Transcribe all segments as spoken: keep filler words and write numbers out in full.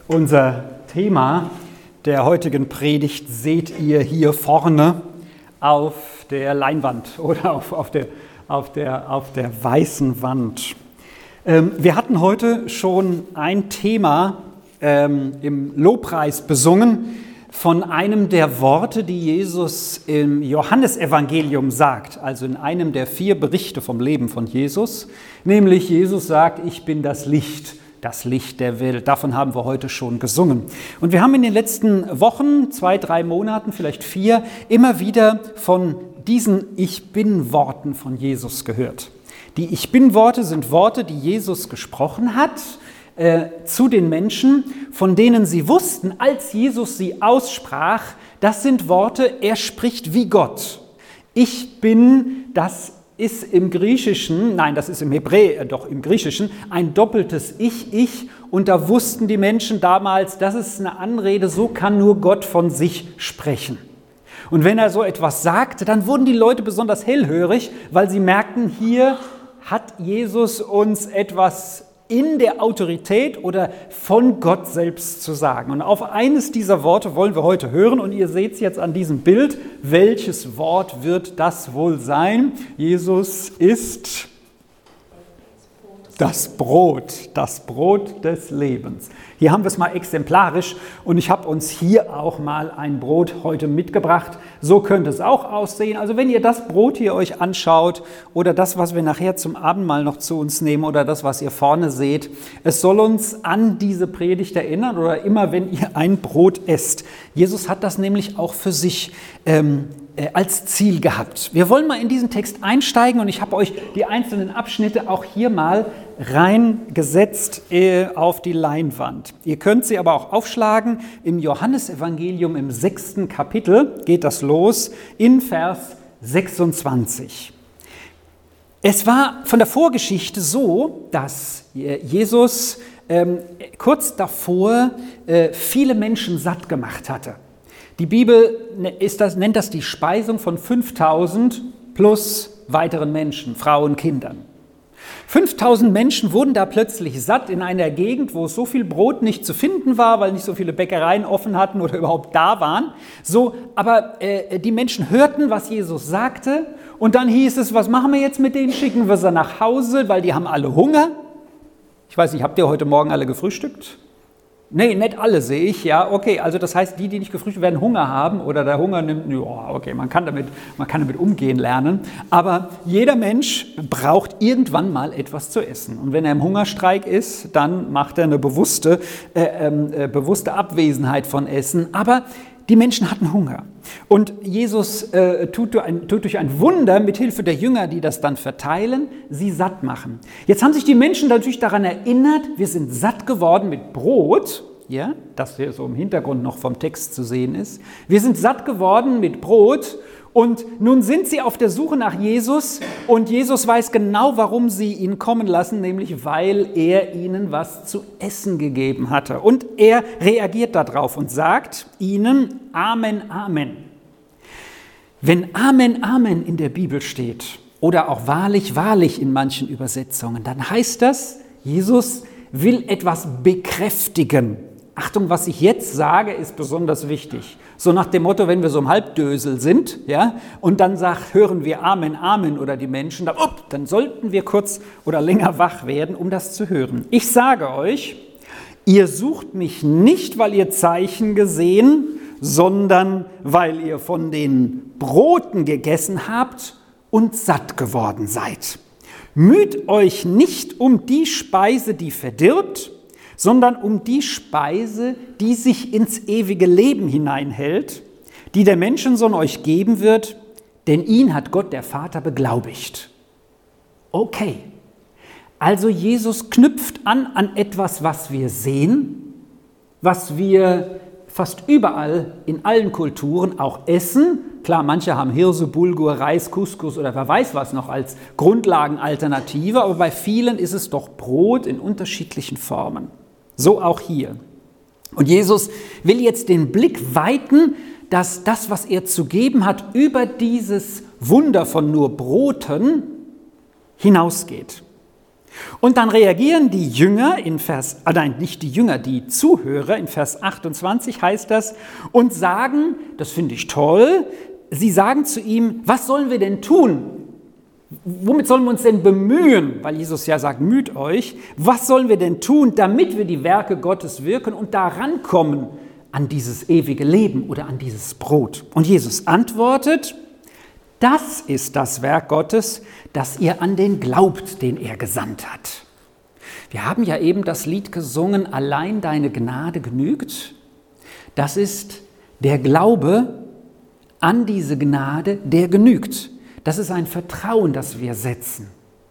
Unser Thema der heutigen Predigt seht ihr hier vorne auf der Leinwand oder auf, auf, der, auf, der, auf der weißen Wand. Ähm, wir hatten heute schon ein Thema ähm, im Lobpreis besungen von einem der Worte, die Jesus im Johannesevangelium sagt, also in einem der vier Berichte vom Leben von Jesus, nämlich Jesus sagt, ich bin das Licht. Das Licht der Welt. Davon haben wir heute schon gesungen. Und wir haben in den letzten Wochen, zwei, drei Monaten, vielleicht vier, immer wieder von diesen Ich-Bin-Worten von Jesus gehört. Die Ich-Bin-Worte sind Worte, die Jesus gesprochen hat äh, zu den Menschen, von denen sie wussten, als Jesus sie aussprach, das sind Worte, er spricht wie Gott. Ich bin das ist im Griechischen, nein, das ist im Hebräer, doch im Griechischen, ein doppeltes Ich, Ich. Und da wussten die Menschen damals, das ist eine Anrede, so kann nur Gott von sich sprechen. Und wenn er so etwas sagte, dann wurden die Leute besonders hellhörig, weil sie merkten, hier hat Jesus uns etwas in der Autorität oder von Gott selbst zu sagen. Und auf eines dieser Worte wollen wir heute hören und ihr seht es jetzt an diesem Bild. Welches Wort wird das wohl sein? Jesus ist das Brot, das Brot des Lebens. Hier haben wir es mal exemplarisch und ich habe uns hier auch mal ein Brot heute mitgebracht. So könnte es auch aussehen. Also wenn ihr das Brot hier euch anschaut oder das, was wir nachher zum Abendmahl noch zu uns nehmen oder das, was ihr vorne seht, es soll uns an diese Predigt erinnern oder immer, wenn ihr ein Brot esst. Jesus hat das nämlich auch für sich ähm, äh, als Ziel gehabt. Wir wollen mal in diesen Text einsteigen und ich habe euch die einzelnen Abschnitte auch hier mal reingesetzt äh, auf die Leinwand. Ihr könnt sie aber auch aufschlagen. Im Johannesevangelium im sechsten Kapitel geht das los in Vers sechsundzwanzig. Es war von der Vorgeschichte so, dass Jesus ähm, kurz davor äh, viele Menschen satt gemacht hatte. Die Bibel ist das, nennt das die Speisung von fünftausend plus weiteren Menschen, Frauen, Kindern. fünftausend Menschen wurden da plötzlich satt in einer Gegend, wo so viel Brot nicht zu finden war, weil nicht so viele Bäckereien offen hatten oder überhaupt da waren. So, aber äh, die Menschen hörten, was Jesus sagte und dann hieß es, was machen wir jetzt mit denen? Schicken wir sie nach Hause, weil die haben alle Hunger. Ich weiß nicht, habt ihr heute Morgen alle gefrühstückt? Nee, nicht alle sehe ich, ja, okay, also das heißt, die, die nicht gefrühstückt werden, Hunger haben oder der Hunger nimmt, ja, okay, man kann damit, man kann damit umgehen lernen, aber jeder Mensch braucht irgendwann mal etwas zu essen und wenn er im Hungerstreik ist, dann macht er eine bewusste, äh, äh, bewusste Abwesenheit von Essen, aber die Menschen hatten Hunger und Jesus äh, tut, durch ein, tut durch ein Wunder mit Hilfe der Jünger, die das dann verteilen, sie satt machen. Jetzt haben sich die Menschen natürlich daran erinnert, wir sind satt geworden mit Brot, ja, das hier so im Hintergrund noch vom Text zu sehen ist. Wir sind satt geworden mit Brot und nun sind sie auf der Suche nach Jesus und Jesus weiß genau, warum sie ihn kommen lassen, nämlich weil er ihnen was zu essen gegeben hatte. Und er reagiert darauf und sagt ihnen Amen, Amen. Wenn Amen, Amen in der Bibel steht oder auch wahrlich, wahrlich in manchen Übersetzungen, dann heißt das, Jesus will etwas bekräftigen. Achtung, was ich jetzt sage, ist besonders wichtig. So nach dem Motto, wenn wir so im Halbdösel sind, ja, und dann sagt, hören wir Amen, Amen oder die Menschen, dann, up, dann sollten wir kurz oder länger wach werden, um das zu hören. Ich sage euch, ihr sucht mich nicht, weil ihr Zeichen gesehen, sondern weil ihr von den Broten gegessen habt und satt geworden seid. Müht euch nicht um die Speise, die verdirbt, sondern um die Speise, die sich ins ewige Leben hineinhält, die der Menschensohn euch geben wird, denn ihn hat Gott der Vater beglaubigt. Okay, also Jesus knüpft an an etwas, was wir sehen, was wir fast überall in allen Kulturen auch essen. Klar, manche haben Hirse, Bulgur, Reis, Couscous oder wer weiß was noch als Grundlagenalternative, aber bei vielen ist es doch Brot in unterschiedlichen Formen. So auch hier. Und Jesus will jetzt den Blick weiten, dass das, was er zu geben hat, über dieses Wunder von nur Broten hinausgeht. Und dann reagieren die Jünger in Vers, ah nein, nicht die Jünger, die Zuhörer in Vers achtundzwanzig heißt das, und sagen, das finde ich toll, sie sagen zu ihm, was sollen wir denn tun? Womit sollen wir uns denn bemühen? Weil Jesus ja sagt, müht euch. Was sollen wir denn tun, damit wir die Werke Gottes wirken und daran kommen an dieses ewige Leben oder an dieses Brot? Und Jesus antwortet, das ist das Werk Gottes, dass ihr an den glaubt, den er gesandt hat. Wir haben ja eben das Lied gesungen, allein deine Gnade genügt. Das ist der Glaube an diese Gnade, der genügt. Das ist ein Vertrauen, das wir setzen.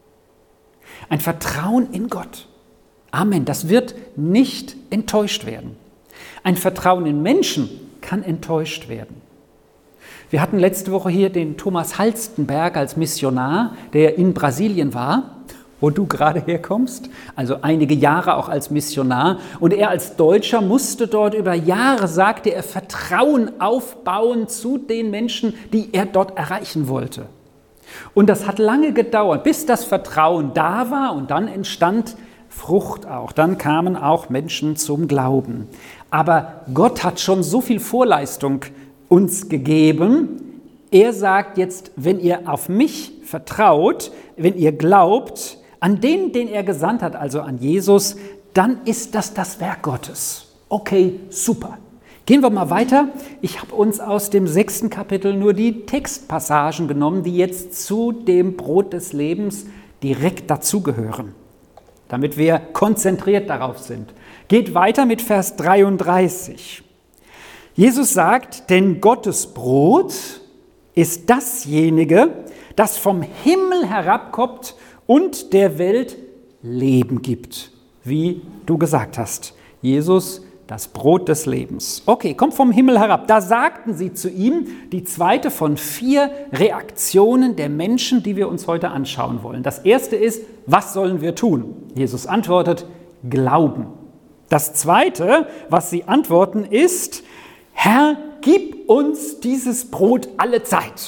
Ein Vertrauen in Gott. Amen. Das wird nicht enttäuscht werden. Ein Vertrauen in Menschen kann enttäuscht werden. Wir hatten letzte Woche hier den Thomas Halstenberg als Missionar, der in Brasilien war, wo du gerade herkommst, also einige Jahre auch als Missionar. Und er als Deutscher musste dort über Jahre, sagte er, Vertrauen aufbauen zu den Menschen, die er dort erreichen wollte. Und das hat lange gedauert, bis das Vertrauen da war und dann entstand Frucht auch. Dann kamen auch Menschen zum Glauben. Aber Gott hat schon so viel Vorleistung uns gegeben. Er sagt jetzt, wenn ihr auf mich vertraut, wenn ihr glaubt, an den, den er gesandt hat, also an Jesus, dann ist das das Werk Gottes. Okay, super. Gehen wir mal weiter. Ich habe uns aus dem sechsten Kapitel nur die Textpassagen genommen, die jetzt zu dem Brot des Lebens direkt dazugehören, damit wir konzentriert darauf sind. Geht weiter mit Vers dreiunddreißig. Jesus sagt, denn Gottes Brot ist dasjenige, das vom Himmel herabkommt und der Welt Leben gibt, wie du gesagt hast. Jesus, das Brot des Lebens. Okay, kommt vom Himmel herab. Da sagten sie zu ihm, die zweite von vier Reaktionen der Menschen, die wir uns heute anschauen wollen. Das erste ist, was sollen wir tun? Jesus antwortet, glauben. Das zweite, was sie antworten, ist, Herr, gib uns dieses Brot alle Zeit.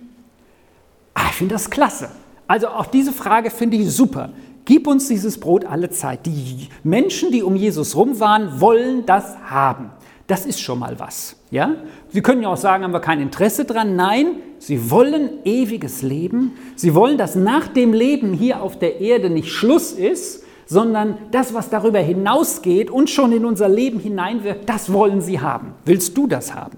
Ah, ich finde das klasse. Also auch diese Frage finde ich super. Gib uns dieses Brot alle Zeit. Die Menschen, die um Jesus rum waren, wollen das haben. Das ist schon mal was. Ja? Sie können ja auch sagen, haben wir kein Interesse dran. Nein, sie wollen ewiges Leben. Sie wollen, dass nach dem Leben hier auf der Erde nicht Schluss ist, sondern das, was darüber hinausgeht und schon in unser Leben hineinwirkt, das wollen sie haben. Willst du das haben?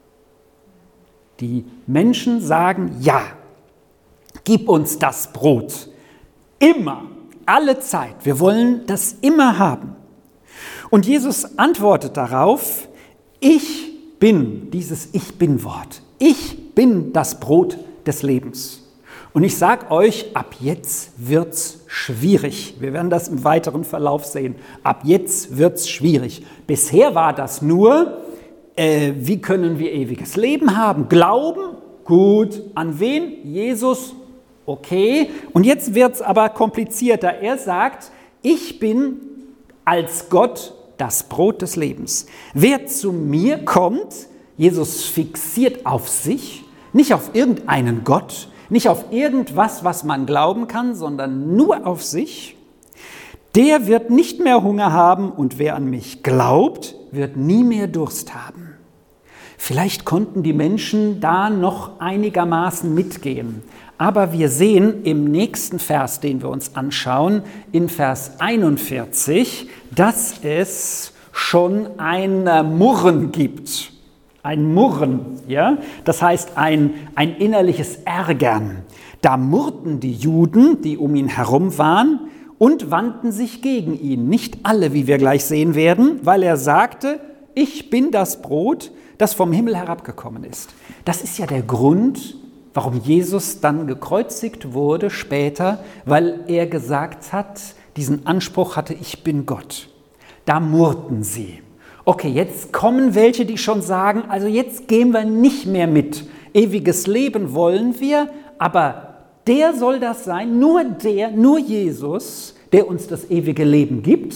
Die Menschen sagen, ja, gib uns das Brot. Immer, alle Zeit. Wir wollen das immer haben. Und Jesus antwortet darauf, ich bin, dieses Ich bin-Wort. Ich bin das Brot des Lebens. Und ich sage euch, ab jetzt wird's schwierig. Wir werden das im weiteren Verlauf sehen. Ab jetzt wird's schwierig. Bisher war das nur, äh, wie können wir ewiges Leben haben? Glauben, gut. An wen? Jesus, okay. Und jetzt wird's aber komplizierter. Er sagt, ich bin als Gott das Brot des Lebens. Wer zu mir kommt, Jesus fixiert auf sich, nicht auf irgendeinen Gott, nicht auf irgendwas, was man glauben kann, sondern nur auf sich, der wird nicht mehr Hunger haben und wer an mich glaubt, wird nie mehr Durst haben. Vielleicht konnten die Menschen da noch einigermaßen mitgehen, aber wir sehen im nächsten Vers, den wir uns anschauen, in Vers einundvierzig, dass es schon ein Murren gibt. Ein Murren, ja, das heißt ein, ein innerliches Ärgern. Da murrten die Juden, die um ihn herum waren, und wandten sich gegen ihn. Nicht alle, wie wir gleich sehen werden, weil er sagte, ich bin das Brot, das vom Himmel herabgekommen ist. Das ist ja der Grund, warum Jesus dann gekreuzigt wurde später, weil er gesagt hat, diesen Anspruch hatte, ich bin Gott. Da murrten sie. Okay, jetzt kommen welche, die schon sagen, also jetzt gehen wir nicht mehr mit. Ewiges Leben wollen wir, aber der soll das sein, nur der, nur Jesus, der uns das ewige Leben gibt.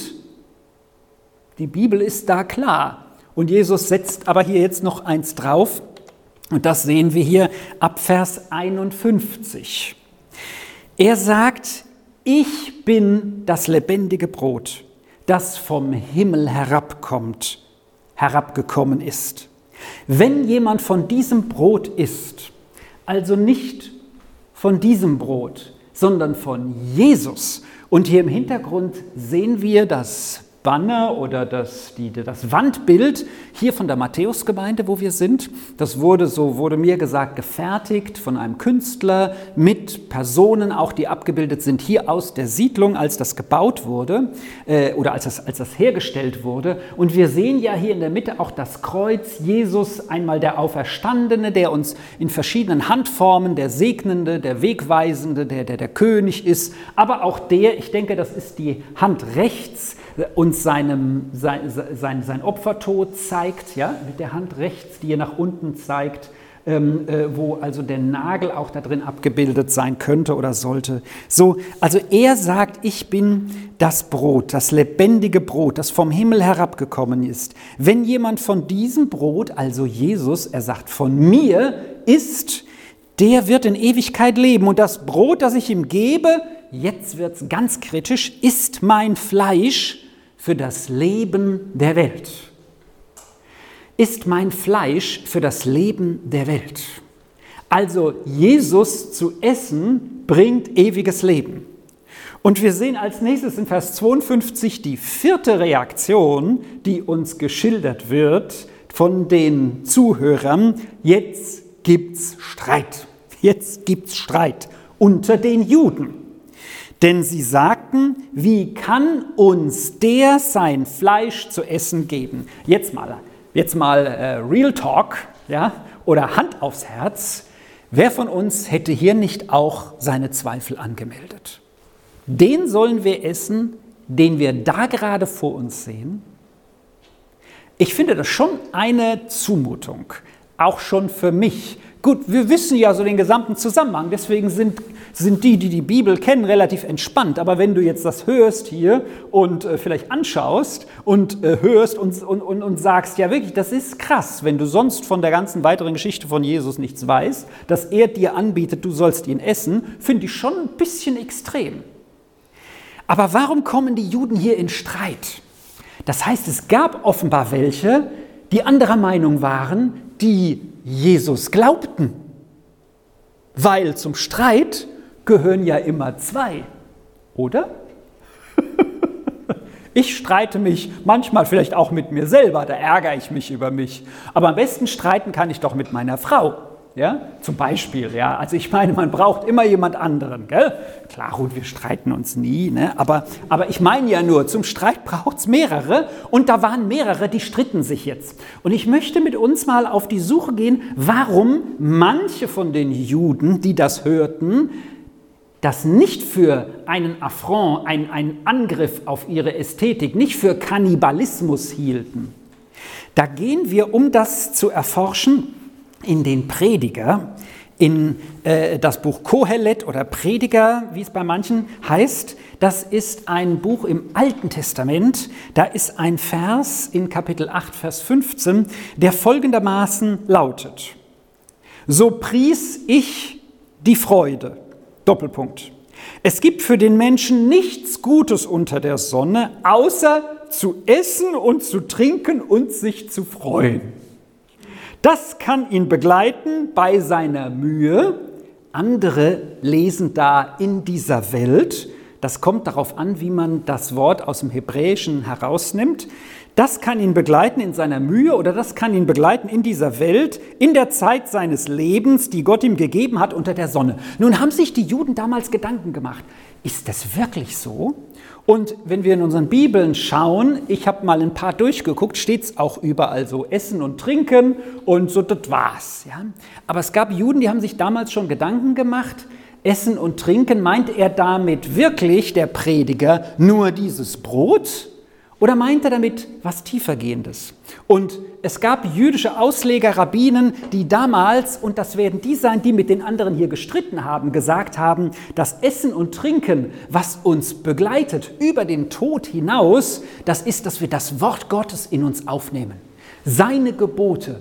Die Bibel ist da klar. Und Jesus setzt aber hier jetzt noch eins drauf. Und das sehen wir hier ab Vers einundfünfzig. Er sagt, Ich bin das lebendige Brot, das vom Himmel herabkommt, herabgekommen ist. Wenn jemand von diesem Brot isst, also nicht von diesem Brot, sondern von Jesus. Und hier im Hintergrund sehen wir das Banner oder das, die, das Wandbild hier von der Matthäusgemeinde, wo wir sind. Das wurde, so wurde mir gesagt, gefertigt von einem Künstler mit Personen, auch die abgebildet sind hier aus der Siedlung, als das gebaut wurde äh, oder als das, als das hergestellt wurde. Und wir sehen ja hier in der Mitte auch das Kreuz, Jesus, einmal der Auferstandene, der uns in verschiedenen Handformen, der Segnende, der Wegweisende, der, der der König ist, aber auch der, ich denke, das ist die Hand rechts, uns seinem, sein, sein, sein Opfertod zeigt, ja, mit der Hand rechts, die er nach unten zeigt, ähm, äh, wo also der Nagel auch da drin abgebildet sein könnte oder sollte. So, also er sagt, ich bin das Brot, das lebendige Brot, das vom Himmel herabgekommen ist. Wenn jemand von diesem Brot, also Jesus, er sagt, von mir isst, der wird in Ewigkeit leben. Und das Brot, das ich ihm gebe, jetzt wird es ganz kritisch, ist mein Fleisch für das Leben der Welt. Ist mein Fleisch für das Leben der Welt. Also Jesus zu essen bringt ewiges Leben. Und wir sehen als nächstes in Vers zweiundfünfzig die vierte Reaktion, die uns geschildert wird von den Zuhörern. Jetzt gibt's Streit. Jetzt gibt's Streit unter den Juden. Denn sie sagten, wie kann uns der sein Fleisch zu essen geben? Jetzt mal, jetzt mal äh, Real Talk, ja, oder Hand aufs Herz. Wer von uns hätte hier nicht auch seine Zweifel angemeldet? Den sollen wir essen, den wir da gerade vor uns sehen? Ich finde das schon eine Zumutung, auch schon für mich. Gut, wir wissen ja so den gesamten Zusammenhang, deswegen sind, sind die, die die Bibel kennen, relativ entspannt. Aber wenn du jetzt das hörst hier und äh, vielleicht anschaust und äh, hörst und, und, und, und sagst, ja wirklich, das ist krass, wenn du sonst von der ganzen weiteren Geschichte von Jesus nichts weißt, dass er dir anbietet, du sollst ihn essen, finde ich schon ein bisschen extrem. Aber warum kommen die Juden hier in Streit? Das heißt, es gab offenbar welche, die anderer Meinung waren, die Jesus glaubten. Weil zum Streit gehören ja immer zwei, oder? Ich streite mich manchmal vielleicht auch mit mir selber, da ärgere ich mich über mich. Aber am besten streiten kann ich doch mit meiner Frau. Ja, zum Beispiel, ja, also ich meine, man braucht immer jemand anderen, gell? Klar, gut, wir streiten uns nie, ne? aber, aber ich meine ja nur, zum Streit braucht es mehrere und da waren mehrere, die stritten sich jetzt. Und ich möchte mit uns mal auf die Suche gehen, warum manche von den Juden, die das hörten, das nicht für einen Affront, einen, einen Angriff auf ihre Ästhetik, nicht für Kannibalismus hielten. Da gehen wir, um das zu erforschen, in den Prediger, in äh, das Buch Kohelet oder Prediger, wie es bei manchen heißt. Das ist ein Buch im Alten Testament. Da ist ein Vers in Kapitel acht, Vers fünfzehn, der folgendermaßen lautet: So pries ich die Freude, Doppelpunkt. Es gibt für den Menschen nichts Gutes unter der Sonne, außer zu essen und zu trinken und sich zu freuen. Das kann ihn begleiten bei seiner Mühe. Andere lesen da in dieser Welt. Das kommt darauf an, wie man das Wort aus dem Hebräischen herausnimmt. Das kann ihn begleiten in seiner Mühe oder das kann ihn begleiten in dieser Welt, in der Zeit seines Lebens, die Gott ihm gegeben hat unter der Sonne. Nun haben sich die Juden damals Gedanken gemacht. Ist das wirklich so? Und wenn wir in unseren Bibeln schauen, ich habe mal ein paar durchgeguckt, steht es auch überall so Essen und Trinken und so, das war's. Ja? Aber es gab Juden, die haben sich damals schon Gedanken gemacht, Essen und Trinken, meint er damit wirklich, der Prediger, nur dieses Brot? Oder meint er damit was Tiefergehendes? Und es gab jüdische Ausleger, Rabbinen, die damals, und das werden die sein, die mit den anderen hier gestritten haben, gesagt haben, das Essen und Trinken, was uns begleitet über den Tod hinaus, das ist, dass wir das Wort Gottes in uns aufnehmen. Seine Gebote.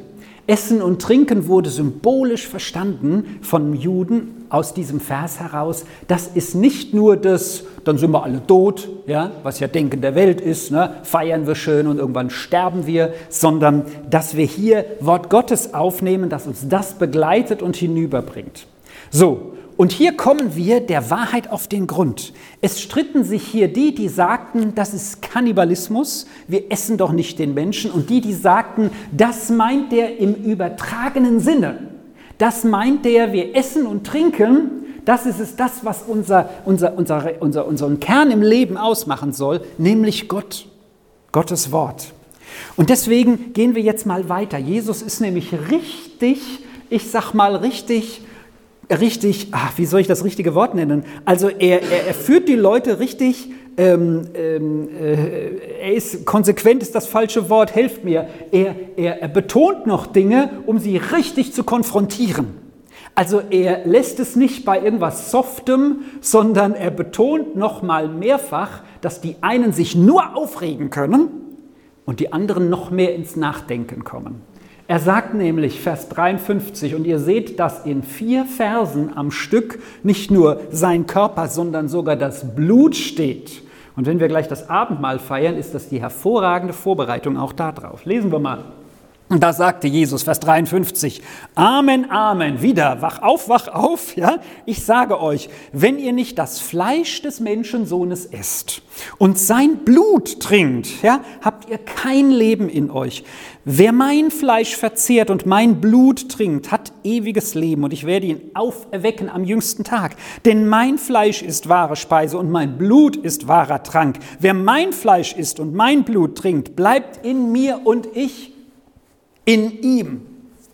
Essen und Trinken wurde symbolisch verstanden von Juden aus diesem Vers heraus. Das ist nicht nur das, dann sind wir alle tot, ja, was ja Denken der Welt ist, ne, feiern wir schön und irgendwann sterben wir, sondern dass wir hier Wort Gottes aufnehmen, das uns das begleitet und hinüberbringt. So, und hier kommen wir der Wahrheit auf den Grund. Es stritten sich hier die, die sagten, das ist Kannibalismus, wir essen doch nicht den Menschen, und die, die sagten, das meint der im übertragenen Sinne. Das meint der, wir essen und trinken, das ist es, das, was unser, unser, unser, unser, unseren Kern im Leben ausmachen soll, nämlich Gott, Gottes Wort. Und deswegen gehen wir jetzt mal weiter. Jesus ist nämlich richtig, ich sag mal richtig, richtig, ach, wie soll ich das richtige Wort nennen? Also er, er, er führt die Leute richtig, ähm, ähm, äh, er ist konsequent, ist das falsche Wort, helft mir. Er, er, er betont noch Dinge, um sie richtig zu konfrontieren. Also er lässt es nicht bei irgendwas Softem, sondern er betont noch mal mehrfach, dass die einen sich nur aufregen können und die anderen noch mehr ins Nachdenken kommen. Er sagt nämlich, Vers dreiundfünfzig, und ihr seht, dass in vier Versen am Stück nicht nur sein Körper, sondern sogar das Blut steht. Und wenn wir gleich das Abendmahl feiern, ist das die hervorragende Vorbereitung auch darauf. Lesen wir mal. Und da sagte Jesus, Vers dreiundfünfzig, Amen, Amen, wieder, wach auf, wach auf, ja, ich sage euch, wenn ihr nicht das Fleisch des Menschensohnes esst und sein Blut trinkt, ja, habt ihr kein Leben in euch. Wer mein Fleisch verzehrt und mein Blut trinkt, hat ewiges Leben, und ich werde ihn auferwecken am jüngsten Tag. Denn mein Fleisch ist wahre Speise und mein Blut ist wahrer Trank. Wer mein Fleisch isst und mein Blut trinkt, bleibt in mir und ich in ihm.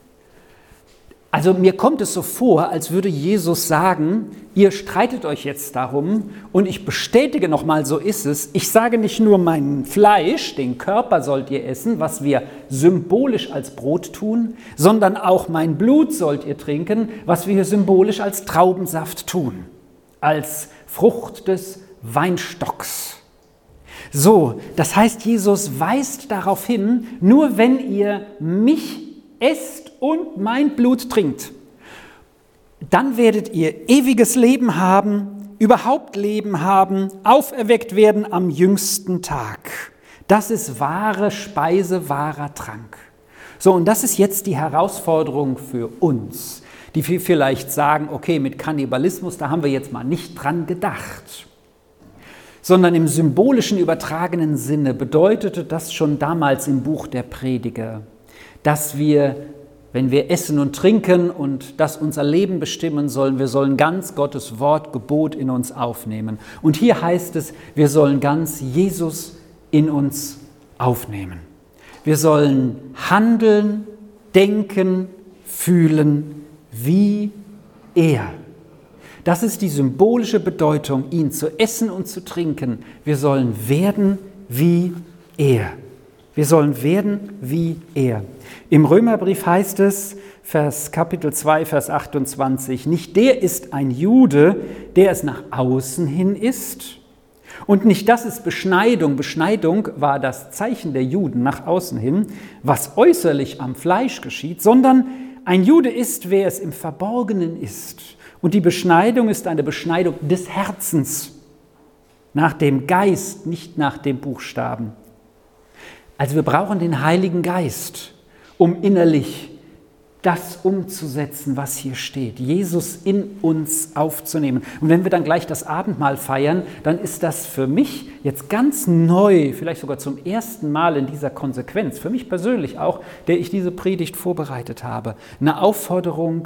Also mir kommt es so vor, als würde Jesus sagen, ihr streitet euch jetzt darum, und ich bestätige nochmal, so ist es. Ich sage nicht nur, mein Fleisch, den Körper sollt ihr essen, was wir symbolisch als Brot tun, sondern auch mein Blut sollt ihr trinken, was wir symbolisch als Traubensaft tun, als Frucht des Weinstocks. So, das heißt, Jesus weist darauf hin, nur wenn ihr mich esst und mein Blut trinkt, dann werdet ihr ewiges Leben haben, überhaupt Leben haben, auferweckt werden am jüngsten Tag. Das ist wahre Speise, wahrer Trank. So, und das ist jetzt die Herausforderung für uns, die vielleicht sagen, okay, mit Kannibalismus, da haben wir jetzt mal nicht dran gedacht. Sondern im symbolischen, übertragenen Sinne bedeutete das schon damals im Buch der Prediger, dass wir, wenn wir essen und trinken und das unser Leben bestimmen sollen, wir sollen ganz Gottes Wort, Gebot in uns aufnehmen. Und hier heißt es, wir sollen ganz Jesus in uns aufnehmen. Wir sollen handeln, denken, fühlen wie er. Das ist die symbolische Bedeutung, ihn zu essen und zu trinken. Wir sollen werden wie er. Wir sollen werden wie er. Im Römerbrief heißt es, Vers, Kapitel zwei, Vers achtundzwanzig, nicht der ist ein Jude, der es nach außen hin ist. Und nicht das ist Beschneidung. Beschneidung war das Zeichen der Juden nach außen hin, was äußerlich am Fleisch geschieht, sondern ein Jude ist, wer es im Verborgenen ist. Und die Beschneidung ist eine Beschneidung des Herzens, nach dem Geist, nicht nach dem Buchstaben. Also wir brauchen den Heiligen Geist, um innerlich das umzusetzen, was hier steht, Jesus in uns aufzunehmen. Und wenn wir dann gleich das Abendmahl feiern, dann ist das für mich jetzt ganz neu, vielleicht sogar zum ersten Mal in dieser Konsequenz, für mich persönlich auch, der ich diese Predigt vorbereitet habe, eine Aufforderung.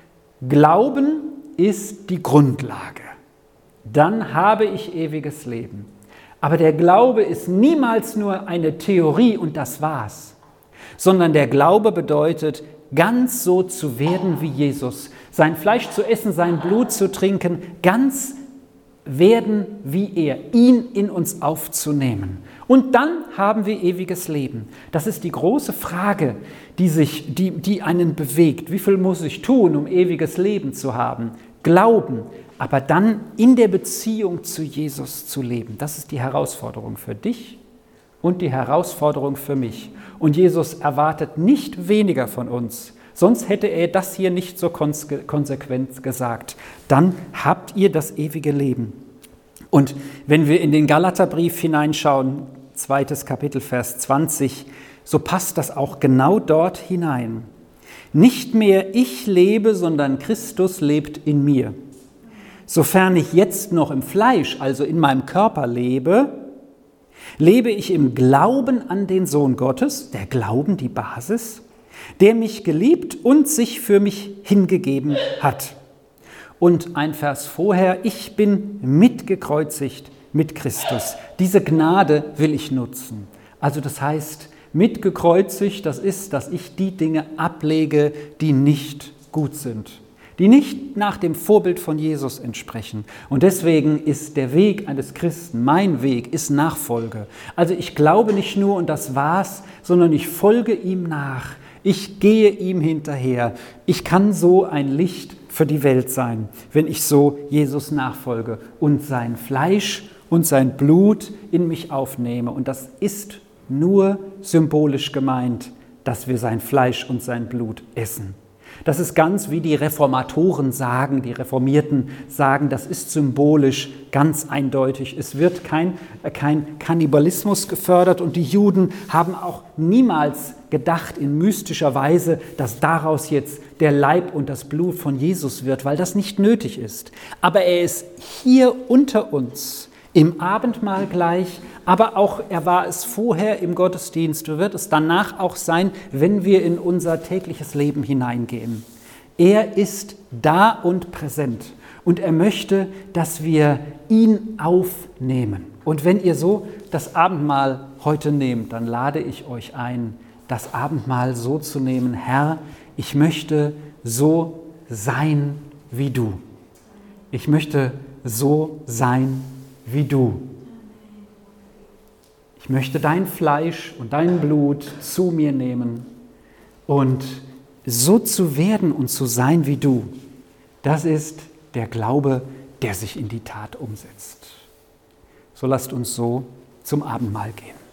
Glauben ist die Grundlage. Dann habe ich ewiges Leben. Aber der Glaube ist niemals nur eine Theorie und das war's, sondern der Glaube bedeutet, ganz so zu werden wie Jesus, sein Fleisch zu essen, sein Blut zu trinken, ganz werden wie er, ihn in uns aufzunehmen. Und dann haben wir ewiges Leben. Das ist die große Frage, die, sich, die, die einen bewegt. Wie viel muss ich tun, um ewiges Leben zu haben? Glauben, aber dann in der Beziehung zu Jesus zu leben. Das ist die Herausforderung für dich und die Herausforderung für mich. Und Jesus erwartet nicht weniger von uns, sonst hätte er das hier nicht so konsequent gesagt. Dann habt ihr das ewige Leben. Und wenn wir in den Galaterbrief hineinschauen, zweites Kapitel, Vers zwanzig, so passt das auch genau dort hinein. Nicht mehr ich lebe, sondern Christus lebt in mir. Sofern ich jetzt noch im Fleisch, also in meinem Körper lebe, lebe ich im Glauben an den Sohn Gottes, der Glauben die Basis, der mich geliebt und sich für mich hingegeben hat. Und ein Vers vorher, ich bin mitgekreuzigt mit Christus. Diese Gnade will ich nutzen. Also das heißt, mitgekreuzigt, das ist, dass ich die Dinge ablege, die nicht gut sind, die nicht nach dem Vorbild von Jesus entsprechen. Und deswegen ist der Weg eines Christen, mein Weg, ist Nachfolge. Also ich glaube nicht nur und das war's, sondern ich folge ihm nach. Ich gehe ihm hinterher. Ich kann so ein Licht für die Welt sein, wenn ich so Jesus nachfolge und sein Fleisch und sein Blut in mich aufnehme. Und das ist nur symbolisch gemeint, dass wir sein Fleisch und sein Blut essen. Das ist ganz wie die Reformatoren sagen, die Reformierten sagen, das ist symbolisch ganz eindeutig. Es wird kein, kein Kannibalismus gefördert und die Juden haben auch niemals gedacht in mystischer Weise, dass daraus jetzt der Leib und das Blut von Jesus wird, weil das nicht nötig ist. Aber er ist hier unter uns. Im Abendmahl gleich, aber auch er war es vorher im Gottesdienst, wird es danach auch sein, wenn wir in unser tägliches Leben hineingehen. Er ist da und präsent und er möchte, dass wir ihn aufnehmen. Und wenn ihr so das Abendmahl heute nehmt, dann lade ich euch ein, das Abendmahl so zu nehmen: Herr, ich möchte so sein wie du. Ich möchte so sein wie du. Ich möchte dein Fleisch und dein Blut zu mir nehmen und so zu werden und zu sein wie du. Das ist der Glaube, der sich in die Tat umsetzt. So lasst uns so zum Abendmahl gehen.